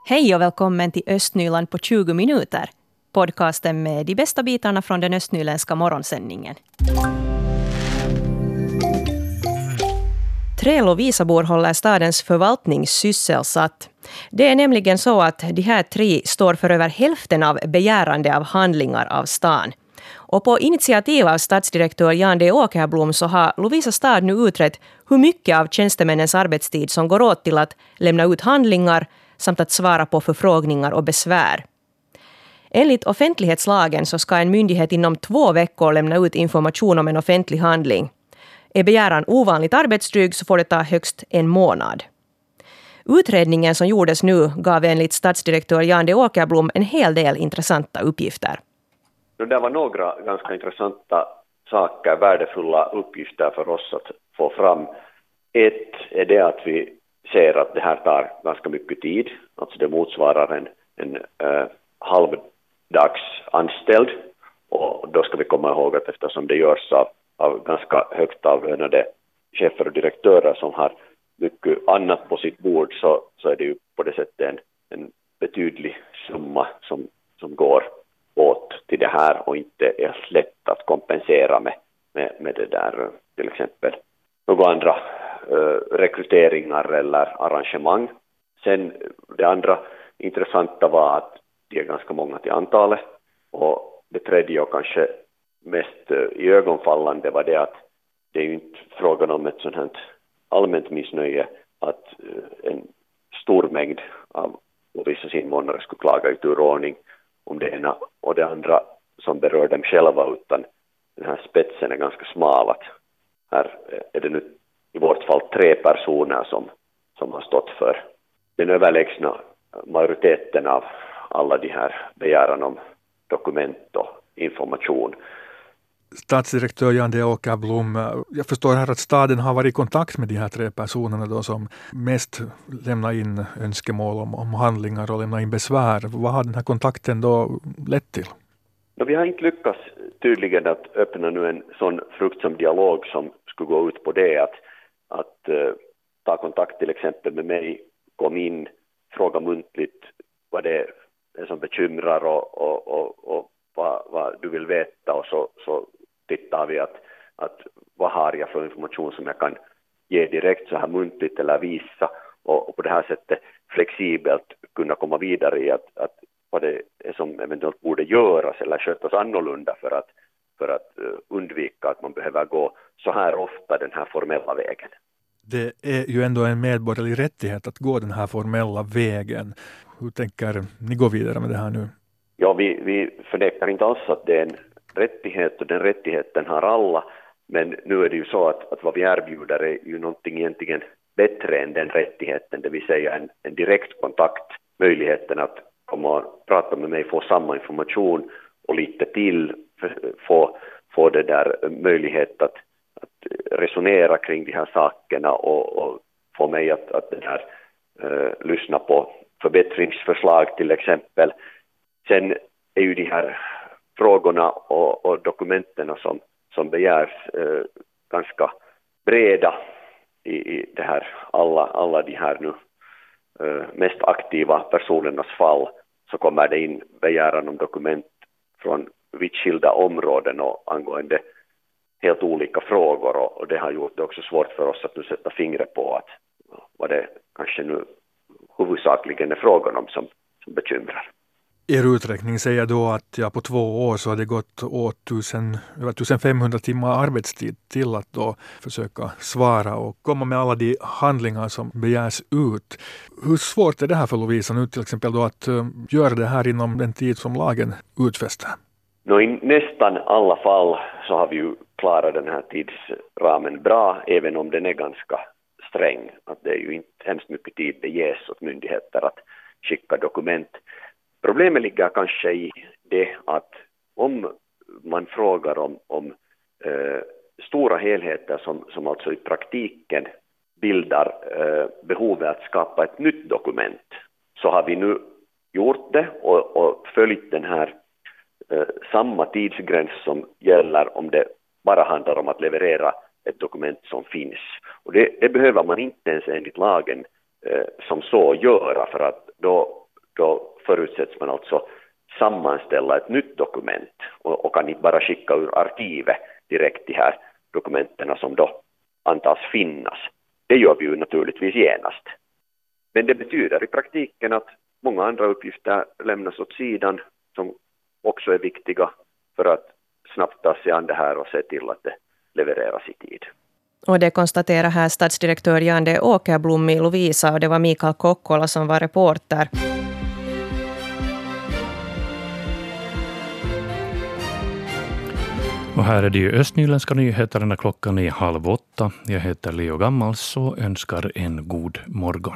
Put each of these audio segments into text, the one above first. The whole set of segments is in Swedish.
Hej och välkommen till Östnyland på 20 minuter. Podcasten med de bästa bitarna från den östnyländska morgonsändningen. 3 Lovisabor håller stadens förvaltning sysselsatt. Det är nämligen så att de här 3 står för över hälften av begärande av handlingar av stan. Och på initiativ av stadsdirektör Jan D. Åkerblom så har Lovisa stad nu utrett hur mycket av tjänstemännens arbetstid som går åt till att lämna ut handlingar samt att svara på förfrågningar och besvär. Enligt offentlighetslagen så ska en myndighet inom 2 veckor lämna ut information om en offentlig handling. Är begäran ovanligt arbetsdryg så får det ta högst 1 månad. Utredningen som gjordes nu gav enligt stadsdirektör Jan D. Åkerblom en hel del intressanta uppgifter. Det var några ganska intressanta saker, värdefulla uppgifter för oss att få fram. Ett är det att vi ser att det här tar ganska mycket tid. Alltså det motsvarar en halvdags anställd. Och då ska vi komma ihåg att eftersom det görs av ganska högt avlönade chefer och direktörer som har mycket annat på sitt bord så är det ju på det sättet en betydlig summa som går åt till det här och inte är lätt att kompensera med det där till exempel några andra rekryteringar eller arrangemang. Sen det andra intressanta var att det är ganska många till antalet och det tredje och kanske mest iögonfallande var det att det är ju inte frågan om ett sånt här allmänt missnöje att en stor mängd av vissa invånare skulle klaga ut ur ordning om det ena och det andra som berör dem själva, utan den här spetsen är ganska smal. Att här är det nu i vårt fall 3 personer som har stått för den överlägsna majoriteten av alla de här begäran om dokument och information. Stadsdirektör Jan D. Åkerblom, jag förstår här att staden har varit i kontakt med de här 3 personerna då som mest lämnar in önskemål om handlingar och lämnar in besvär. Vad har den här kontakten då lett till? Vi har inte lyckats tydligen att öppna nu en sån fruktsam dialog som skulle gå ut på det att ta kontakt till exempel med mig, kom in, fråga muntligt vad det är som bekymrar och vad du vill veta och så tittar vi att vad har jag för information som jag kan ge direkt så här muntligt eller visa och på det här sättet flexibelt kunna komma vidare i att vad det är som eventuellt borde göras eller skötas annorlunda för att undvika att man behöver gå så här ofta den här formella vägen. Det är ju ändå en medborgerlig rättighet att gå den här formella vägen. Hur tänker ni gå vidare med det här nu? Ja, vi förnekar inte alls att det är en rättighet och den rättigheten har alla. Men nu är det ju så att vad vi erbjuder är ju någonting egentligen bättre än den rättigheten. Det vill säga en direkt kontakt, möjligheten att komma och prata med mig, få samma information och lite till, få det där möjlighet att resonera kring de här sakerna och få mig att det där, lyssna på förbättringsförslag till exempel. Sen är ju de här frågorna och dokumenten som begärs ganska breda i det här alla de här nu mest aktiva personernas fall, så kommer det in begäran om dokument från vitt skilda områden och angående helt olika frågor och det har gjort det också svårt för oss att nu sätta fingret på att vad det kanske nu huvudsakligen är frågan om som bekymrar. Er uträkning säger då att på 2 år så har det gått åt över 1500 timmar arbetstid till att då försöka svara och komma med alla de handlingar som begärs ut. Hur svårt är det här för Lovisa nu till exempel då att göra det här inom den tid som lagen utfäster? I nästan alla fall så har vi ju klarat den här tidsramen bra, även om den är ganska sträng. Att det är ju inte hemskt mycket tid det ges åt myndigheter att skicka dokument. Problemet ligger kanske i det att om man frågar om stora helheter som alltså i praktiken bildar behovet att skapa ett nytt dokument, så har vi nu gjort det och följt den här samma tidsgräns som gäller om det bara handlar om att leverera ett dokument som finns. Och det behöver man inte ens enligt lagen som så göra, för att då då förutsätts man alltså sammanställa ett nytt dokument och kan inte bara skicka ur arkivet direkt de här dokumenten som då antas finnas. Det gör vi ju naturligtvis genast. Men det betyder i praktiken att många andra uppgifter lämnas åt sidan som också är viktiga för att snabbt ta sig an det här och se till att det levereras i tid. Och det konstaterar här stadsdirektör Jan D. Åkerblom i Lovisa, och det var Mikael Kokkola som var reporter. Och här är det ju Östnyländska nyheter när klockan är 7:30. Jag heter Leo Gammals och önskar en god morgon.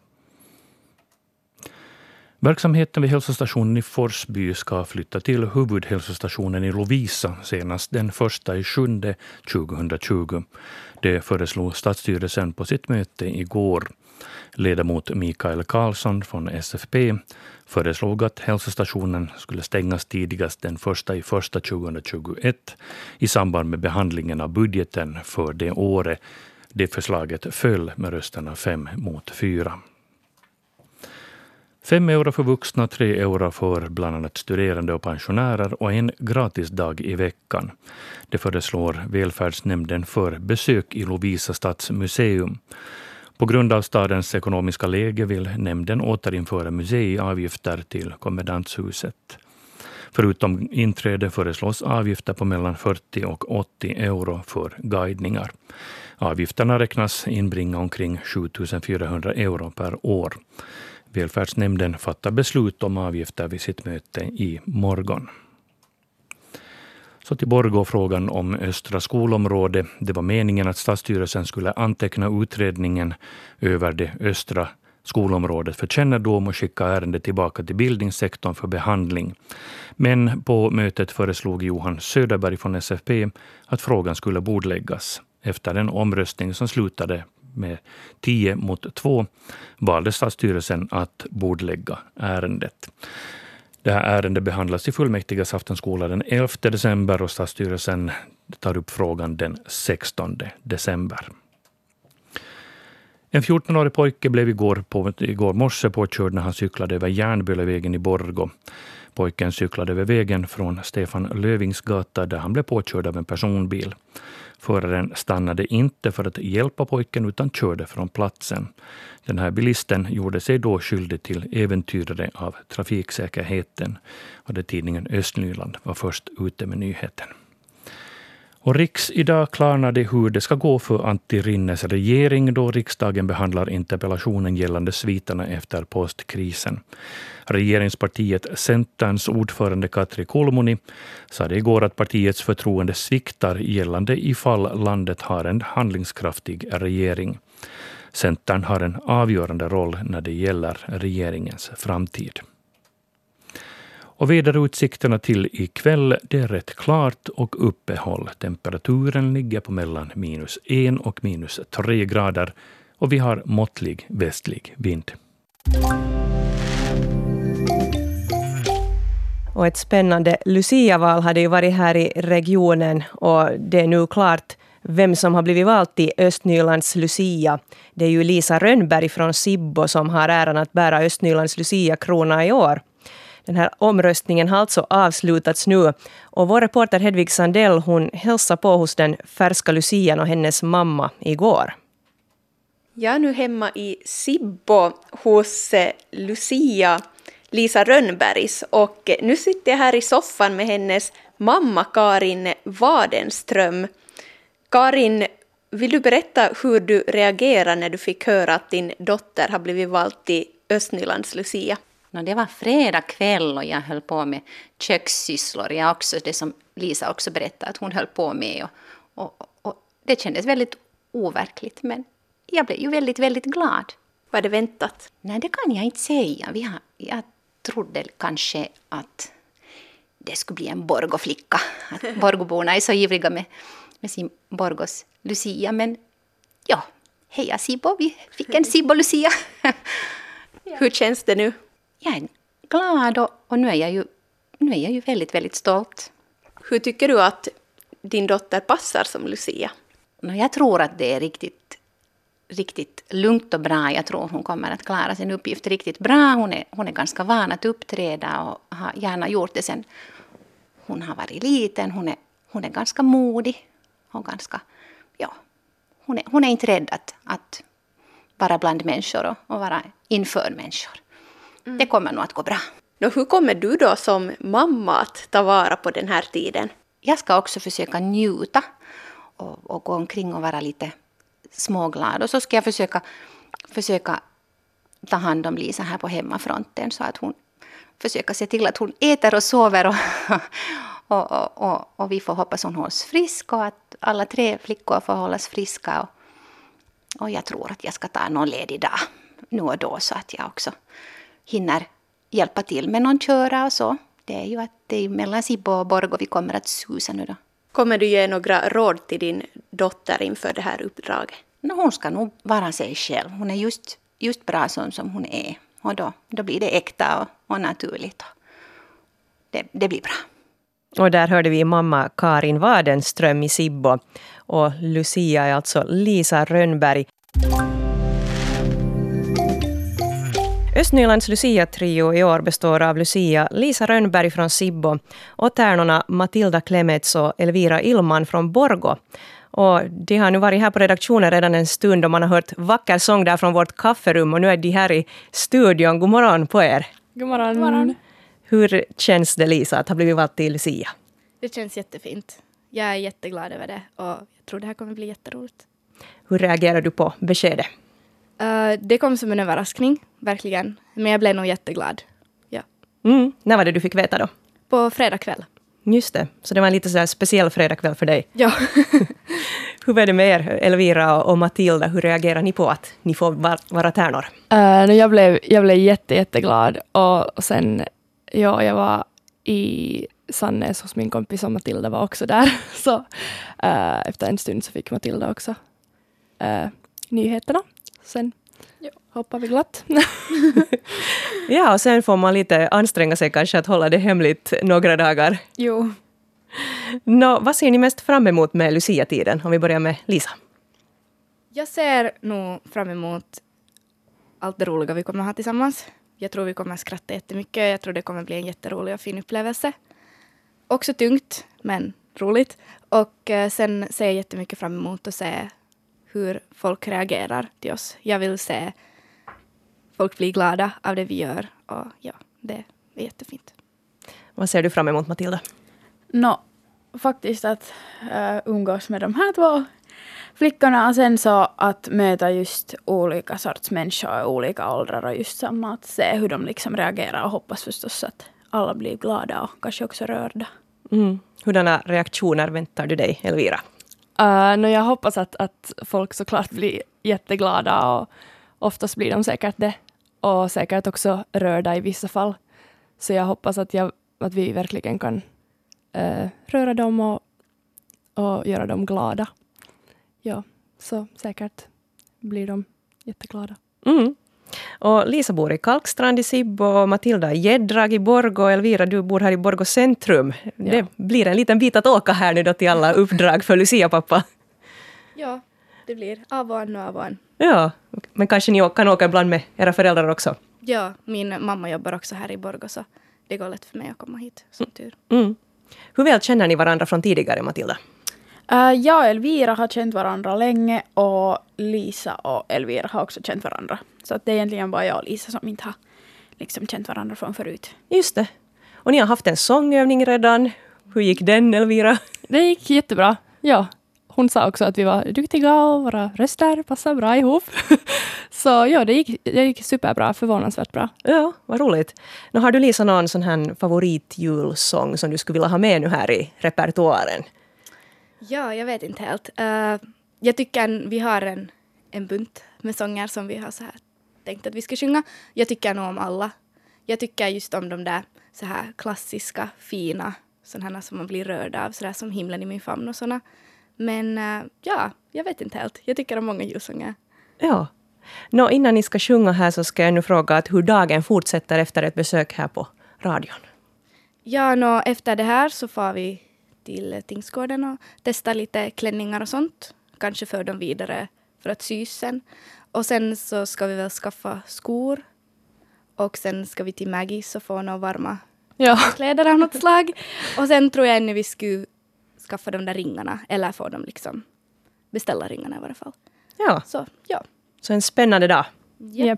Verksamheten vid hälsostationen i Forsby ska flytta till huvudhälsostationen i Lovisa senast den 1/7 2020. Det föreslog stadsstyrelsen på sitt möte igår. Ledamot Mikael Karlsson från SFP föreslog att hälsostationen skulle stängas tidigast den 1/1 2021 i samband med behandlingen av budgeten för det året. Det förslaget föll med rösterna 5-4. 5 euro för vuxna, 3 euro för bland annat studerande och pensionärer och en gratis dag i veckan. Det föreslår välfärdsnämnden för besök i Lovisa stadsmuseum. På grund av stadens ekonomiska läge vill nämnden återinföra museiavgifter till kommendanshuset. Förutom inträde föreslås avgifter på mellan 40 och 80 euro för guidningar. Avgifterna räknas inbringa omkring 7 400 euro per år. Välfärdsnämnden fattar beslut om avgifter vid sitt möte i morgon. Så till Borgå-frågan om östra skolområde. Det var meningen att stadsstyrelsen skulle anteckna utredningen över det östra skolområdet för kännedom och skicka ärendet tillbaka till bildningssektorn för behandling. Men på mötet föreslog Johan Söderberg från SFP att frågan skulle bordläggas. Efter en omröstning som slutade med 10-2 valde stadsstyrelsen att bordlägga ärendet. Det här ärendet behandlas i fullmäktiges aftonskola den 11 december och stadsstyrelsen tar upp frågan den 16 december. En 14-årig pojke blev igår morse påkörd när han cyklade över Järnbölevägen i Borgå. Pojken cyklade över vägen från Stefan Lövingsgata där han blev påkörd av en personbil. Föraren stannade inte för att hjälpa pojken utan körde från platsen. Den här bilisten gjorde sig då skyldig till äventyrare av trafiksäkerheten. Och det tidningen Östnyland var först ute med nyheten. Och Riks idag klarnade hur det ska gå för Antti Rinnes regering då riksdagen behandlar interpellationen gällande sviterna efter postkrisen. Regeringspartiet Centerns ordförande Katri Kulmuni sa det igår att partiets förtroende sviktar gällande ifall landet har en handlingskraftig regering. Centern har en avgörande roll när det gäller regeringens framtid. Och väderutsikterna till ikväll, det är rätt klart och uppehåll. Temperaturen ligger på mellan -1 och -3 grader och vi har måttlig västlig vind. Och ett spännande Lucia-val hade ju varit här i regionen och det är nu klart vem som har blivit vald till Östnylands Lucia. Det är ju Lisa Rönnberg från Sibbo som har äran att bära Östnylands Lucia-krona i år. Den här omröstningen har alltså avslutats nu och vår reporter Hedvig Sandell hon hälsade på hos den färska Lucian och hennes mamma igår. Jag är nu hemma i Sibbo hos Lucia Lisa Rönnbergs och nu sitter jag här i soffan med hennes mamma Karin Wadenström. Karin, vill du berätta hur du reagerade när du fick höra att din dotter har blivit vald till Östnylands Lucia? Det var fredag kväll och jag höll på med kökssysslor. Jag också, det som Lisa också berättade att hon höll på med. Och det kändes väldigt overkligt, men jag blev ju väldigt, väldigt glad. Var det väntat? Nej, det kan jag inte säga. Jag trodde kanske att det skulle bli en Borgå-flicka. Att Borgåborna är så ivriga med sin Borgås Lucia. Men ja, heja Sibbo, vi fick en Sibbo-Lucia. Hur känns det nu? Jag är glad och nu är jag ju väldigt, väldigt stolt. Hur tycker du att din dotter passar som Lucia? Jag tror att det är riktigt riktigt lugnt och bra. Jag tror hon kommer att klara sin uppgift riktigt bra. Hon är ganska van att uppträda och har gärna gjort det sen hon har varit liten. Hon är ganska modig och ganska, ja, hon är inte rädd att vara bland människor och vara inför människor. Det kommer nog att gå bra. Hur kommer du då som mamma att ta vara på den här tiden? Jag ska också försöka njuta och gå omkring och vara lite småglad. Och så ska jag försöka ta hand om Lisa här på hemmafronten så att hon försöker se till att hon äter och sover och vi får hoppas hon hålls frisk och att alla 3 flickor får hållas friska. Och jag tror att jag ska ta någon ledig dag nu och då så att jag också hinner hjälpa till med någon köra och så. Det är ju att det är mellan Sibbo och Borgå vi kommer att susa nu då. Kommer du ge några råd till din dotter inför det här uppdraget? Hon ska nog vara sig själv. Hon är just bra som hon är. Och då blir det äkta och naturligt. Det blir bra. Och där hörde vi mamma Karin Wadenström i Sibbo. Och Lucia är alltså Lisa Rönnberg. Östnylands Lucia-trio i år består av Lucia Lisa Rönnberg från Sibbo och tärnorna Matilda Klemets och Elvira Illman från Borgå. Och de har nu varit här på redaktionen redan en stund och man har hört vacker sång där från vårt kafferum och nu är de här i studion. God morgon på er. God morgon. God morgon. Hur känns det, Lisa, att ha blivit vald till Lucia? Det känns jättefint. Jag är jätteglad över det och jag tror det här kommer bli jätteroligt. Hur reagerar du på beskedet? Det kom som en överraskning, verkligen. Men jag blev nog jätteglad. Ja. När var det du fick veta då? På fredag kväll. Just det, så det var en lite så här speciell fredagkväll för dig. Ja. Hur var det med er, Elvira och Matilda? Hur reagerar ni på att ni får vara tärnor? Jag blev jätteglad och sen, jag var i Sannäs hos min kompis och Matilda var också där. Så efter en stund så fick Matilda också nyheterna. Sen hoppar vi glatt. Ja, och sen får man lite anstränga sig kanske att hålla det hemligt några dagar. Jo. Vad ser ni mest fram emot med Lucia-tiden? Om vi börjar med Lisa. Jag ser nog fram emot allt det roliga vi kommer ha tillsammans. Jag tror vi kommer skratta jättemycket. Jag tror det kommer bli en jätterolig och fin upplevelse. Också tungt, men roligt. Och sen ser jag jättemycket fram emot att se hur folk reagerar till oss. Jag vill se folk bli glada av det vi gör. Och ja, det är jättefint. Vad ser du fram emot, Matilda? Faktiskt att umgås med de här 2 flickorna och sen så att möta just olika sorts människor i olika åldrar och just samma att se hur de liksom reagerar och hoppas förstås att alla blir glada och kanske också rörda. Hurdana reaktioner väntar du dig, Elvira? Jag hoppas att folk såklart blir jätteglada och oftast blir de säkert det och säkert också rörda i vissa fall. Så jag hoppas att vi verkligen kan röra dem och göra dem glada. Ja, så säkert blir de jätteglada. Och Lisa bor i Kalkstrand i Sibbo och Matilda i Gäddrag i Borgå och Elvira, du bor här i Borgå centrum. Ja. Det blir en liten bit att åka här nu då till alla uppdrag för Lucia, pappa. Ja, det blir av och an. Ja, men kanske ni kan åka ibland med era föräldrar också? Ja, min mamma jobbar också här i Borgå så det går lätt för mig att komma hit, som tur. Hur väl känner ni varandra från tidigare, Matilda? Jag och Elvira har känt varandra länge och Lisa och Elvira har också känt varandra. Så att det är egentligen bara jag och Lisa som inte har liksom känt varandra från förut. Just det. Och ni har haft en sångövning redan. Hur gick den, Elvira? Det gick jättebra, ja. Hon sa också att vi var duktiga och våra röster passar bra ihop. Så ja, det gick superbra, förvånansvärt bra. Ja, vad roligt. Nu har du, Lisa, någon sån här favoritjulsång som du skulle vilja ha med nu här i repertoaren? Ja, jag vet inte helt. Jag tycker vi har en bunt med sånger som vi har så här tänkt att vi ska sjunga. Jag tycker nog om alla. Jag tycker just om de där så här klassiska, fina, sådana som man blir rörd av, så där som Himlen i min famn och sådana. Men ja, jag vet inte helt. Jag tycker om många julsånger. Ja. Innan ni ska sjunga här så ska jag nu fråga att hur dagen fortsätter efter ett besök här på radion. Ja, efter det här så får vi till Tingsgården och testar lite klänningar och sånt. Kanske för dem vidare för att sys sen. Och sen så ska vi väl skaffa skor. Och sen ska vi till Maggis och få några varma kläder av något slag. Och sen tror jag ännu vi skulle skaffa de där ringarna. Eller få dem liksom, beställa ringarna i varje fall. Ja. Så en spännande dag. Japp.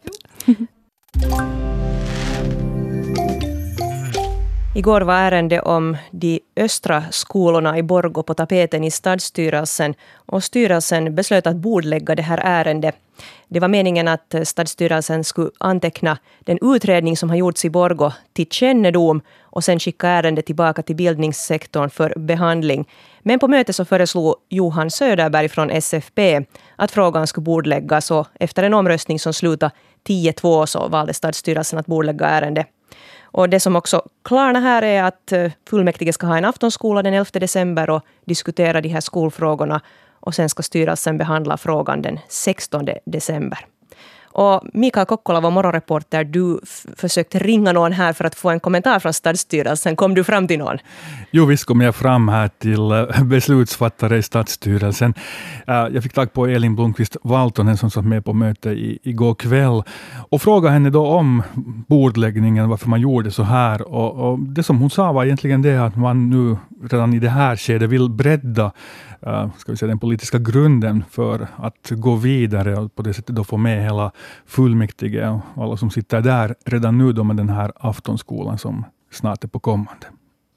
Igår var ärende om de östra skolorna i Borgå på tapeten i stadsstyrelsen och styrelsen beslöt att bordlägga det här ärendet. Det var meningen att stadsstyrelsen skulle anteckna den utredning som har gjorts i Borgå till kännedom och sen skicka ärendet tillbaka till bildningssektorn för behandling. Men på mötet så föreslog Johan Söderberg från SFP att frågan skulle bordläggas och efter en omröstning som slutade 10-2 så valde stadsstyrelsen att bordlägga ärendet. Och det som också klarnar här är att fullmäktige ska ha en aftonskola den 11 december och diskutera de här skolfrågorna. Och sen ska styrelsen behandla frågan den 16 december. Och Mikael Kokkola, vår morgonreporter, du försökte ringa någon här för att få en kommentar från stadsstyrelsen. Kom du fram till någon? Jo, visst kom jag fram här till beslutsfattare i stadsstyrelsen. Jag fick tag på Elin Blomqvist Valtonen som satt med på möte igår kväll. Och frågade henne då om bordläggningen, varför man gjorde så här. Och det som hon sa var egentligen det att man nu redan i det här skedet vill bredda ska vi säga, den politiska grunden för att gå vidare och på det sättet då få med hela fullmäktige och alla som sitter där redan nu då med den här aftonskolan som snart är på kommande.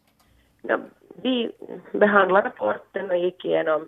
Ja, vi behandlade rapporten och gick igenom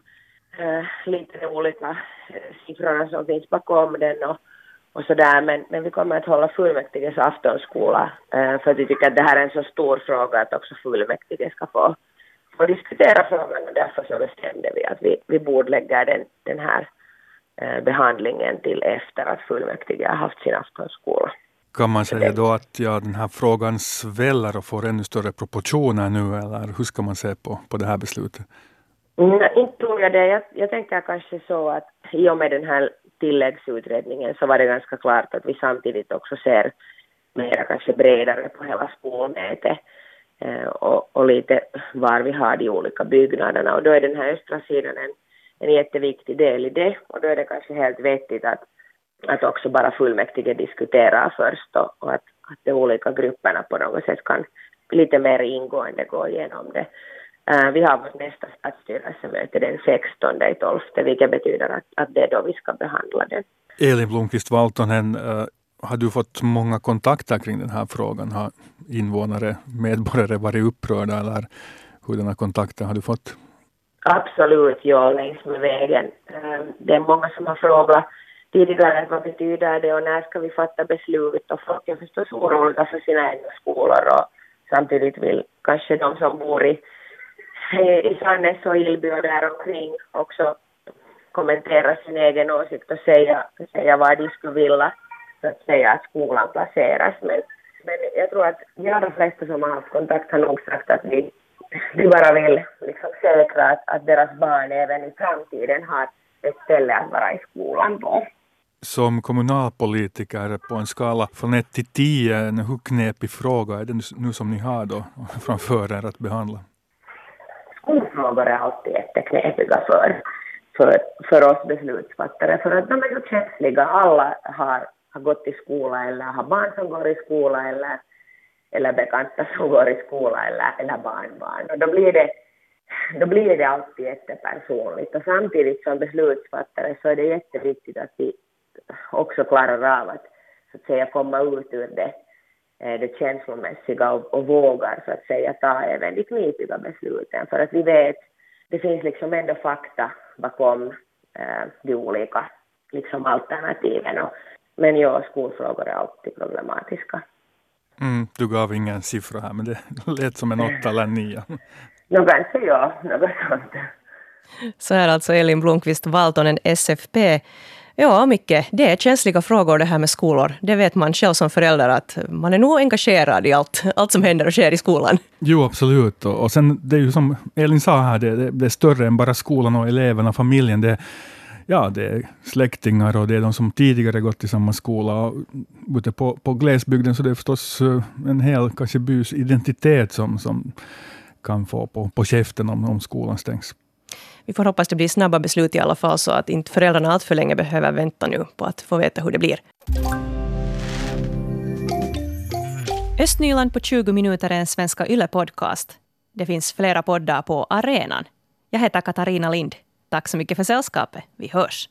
lite de olika siffrorna som finns bakom den och sådär, men vi kommer att hålla fullmäktiges aftonskola för att vi tycker att det här är en så stor fråga att också fullmäktige ska få diskutera frågan och därför så bestämde vi att vi bordlägger den här behandlingen till efter att fullmäktige har haft sin aftonskola. Kan man säga då att den här frågan sväller och får ännu större proportioner nu eller hur ska man se på det här beslutet? Inte tror jag det. Jag tänker kanske så att i och med den här tilläggsutredningen så var det ganska klart att vi samtidigt också ser mer kanske bredare på hela skolnätet. Och lite var vi har de olika byggnaderna. Och då är den här östra sidan en jätteviktig del i det. Och då är det kanske helt vettigt att också bara fullmäktige diskuterar först. Och att de olika grupperna på något sätt kan lite mer ingående gå igenom det. Vi har vårt nästa stadsstyrelsemöte den 16/12, vilket betyder att det är då vi ska behandla det. Elin Blomqvist Valtonen, har du fått många kontakter kring den här frågan? Har medborgare varit upprörda eller hurdana kontakter har du fått? Absolut, ja, längs med vägen. Det är många som har frågat tidigare vad betyder det och när ska vi fatta beslut och folk är förstås oroliga för sina egna skolor och samtidigt vill kanske de som bor i Sannäs och Ilby och där omkring också kommentera sin egen åsikt och säga vad de skulle vilja så att säga att skolan placeras. Men jag tror att de flesta som har haft kontakt har nog sagt att vi bara vill liksom säkra att deras barn även i framtiden har ett ställe att vara i skolan på. Som kommunalpolitiker på en skala från 1 till 10, hur knepig fråga är det nu som ni har då framför er att behandla? Skolfrågor är alltid jätteknepiga för oss beslutsfattare för att de är så känsliga. Alla har gått i skola eller har barn som går i skola eller bekanta som går i skola eller barnbarn. Och då blir det alltid jättepersonligt. Och samtidigt som beslutsfattare så är det jätteviktigt att vi också klarar av att så att säga komma ut ur det känslomässiga och vågar så att säga ta även de knipiga besluten. För att vi vet, det finns liksom ändå fakta bakom de olika liksom alternativen. Men ja, skolfrågor är alltid problematiska. Du gav ingen siffra här, men det lät som en 8 eller 9. Kanske ja, något sånt. Så här alltså Elin Blomqvist Valtonen, SFP. Ja, mycket. Det är känsliga frågor det här med skolor. Det vet man själv som förälder att man är nog engagerad i allt som händer och sker i skolan. Jo, absolut. Och sen det är ju som Elin sa här, det är större än bara skolan och eleverna, familjen. Det är släktingar och det är de som tidigare gått i samma skola. Och ute på glesbygden så det är förstås en hel kanske bys identitet som kan få på käften om skolan stängs. Vi får hoppas det blir snabba beslut i alla fall så att inte föräldrarna allt för länge behöver vänta nu på att få veta hur det blir. Östnyland på 20 minuter är en Svenska Yle-podcast. Det finns flera poddar på arenan. Jag heter Katarina Lind. Tack så mycket för sällskapet. Vi hörs.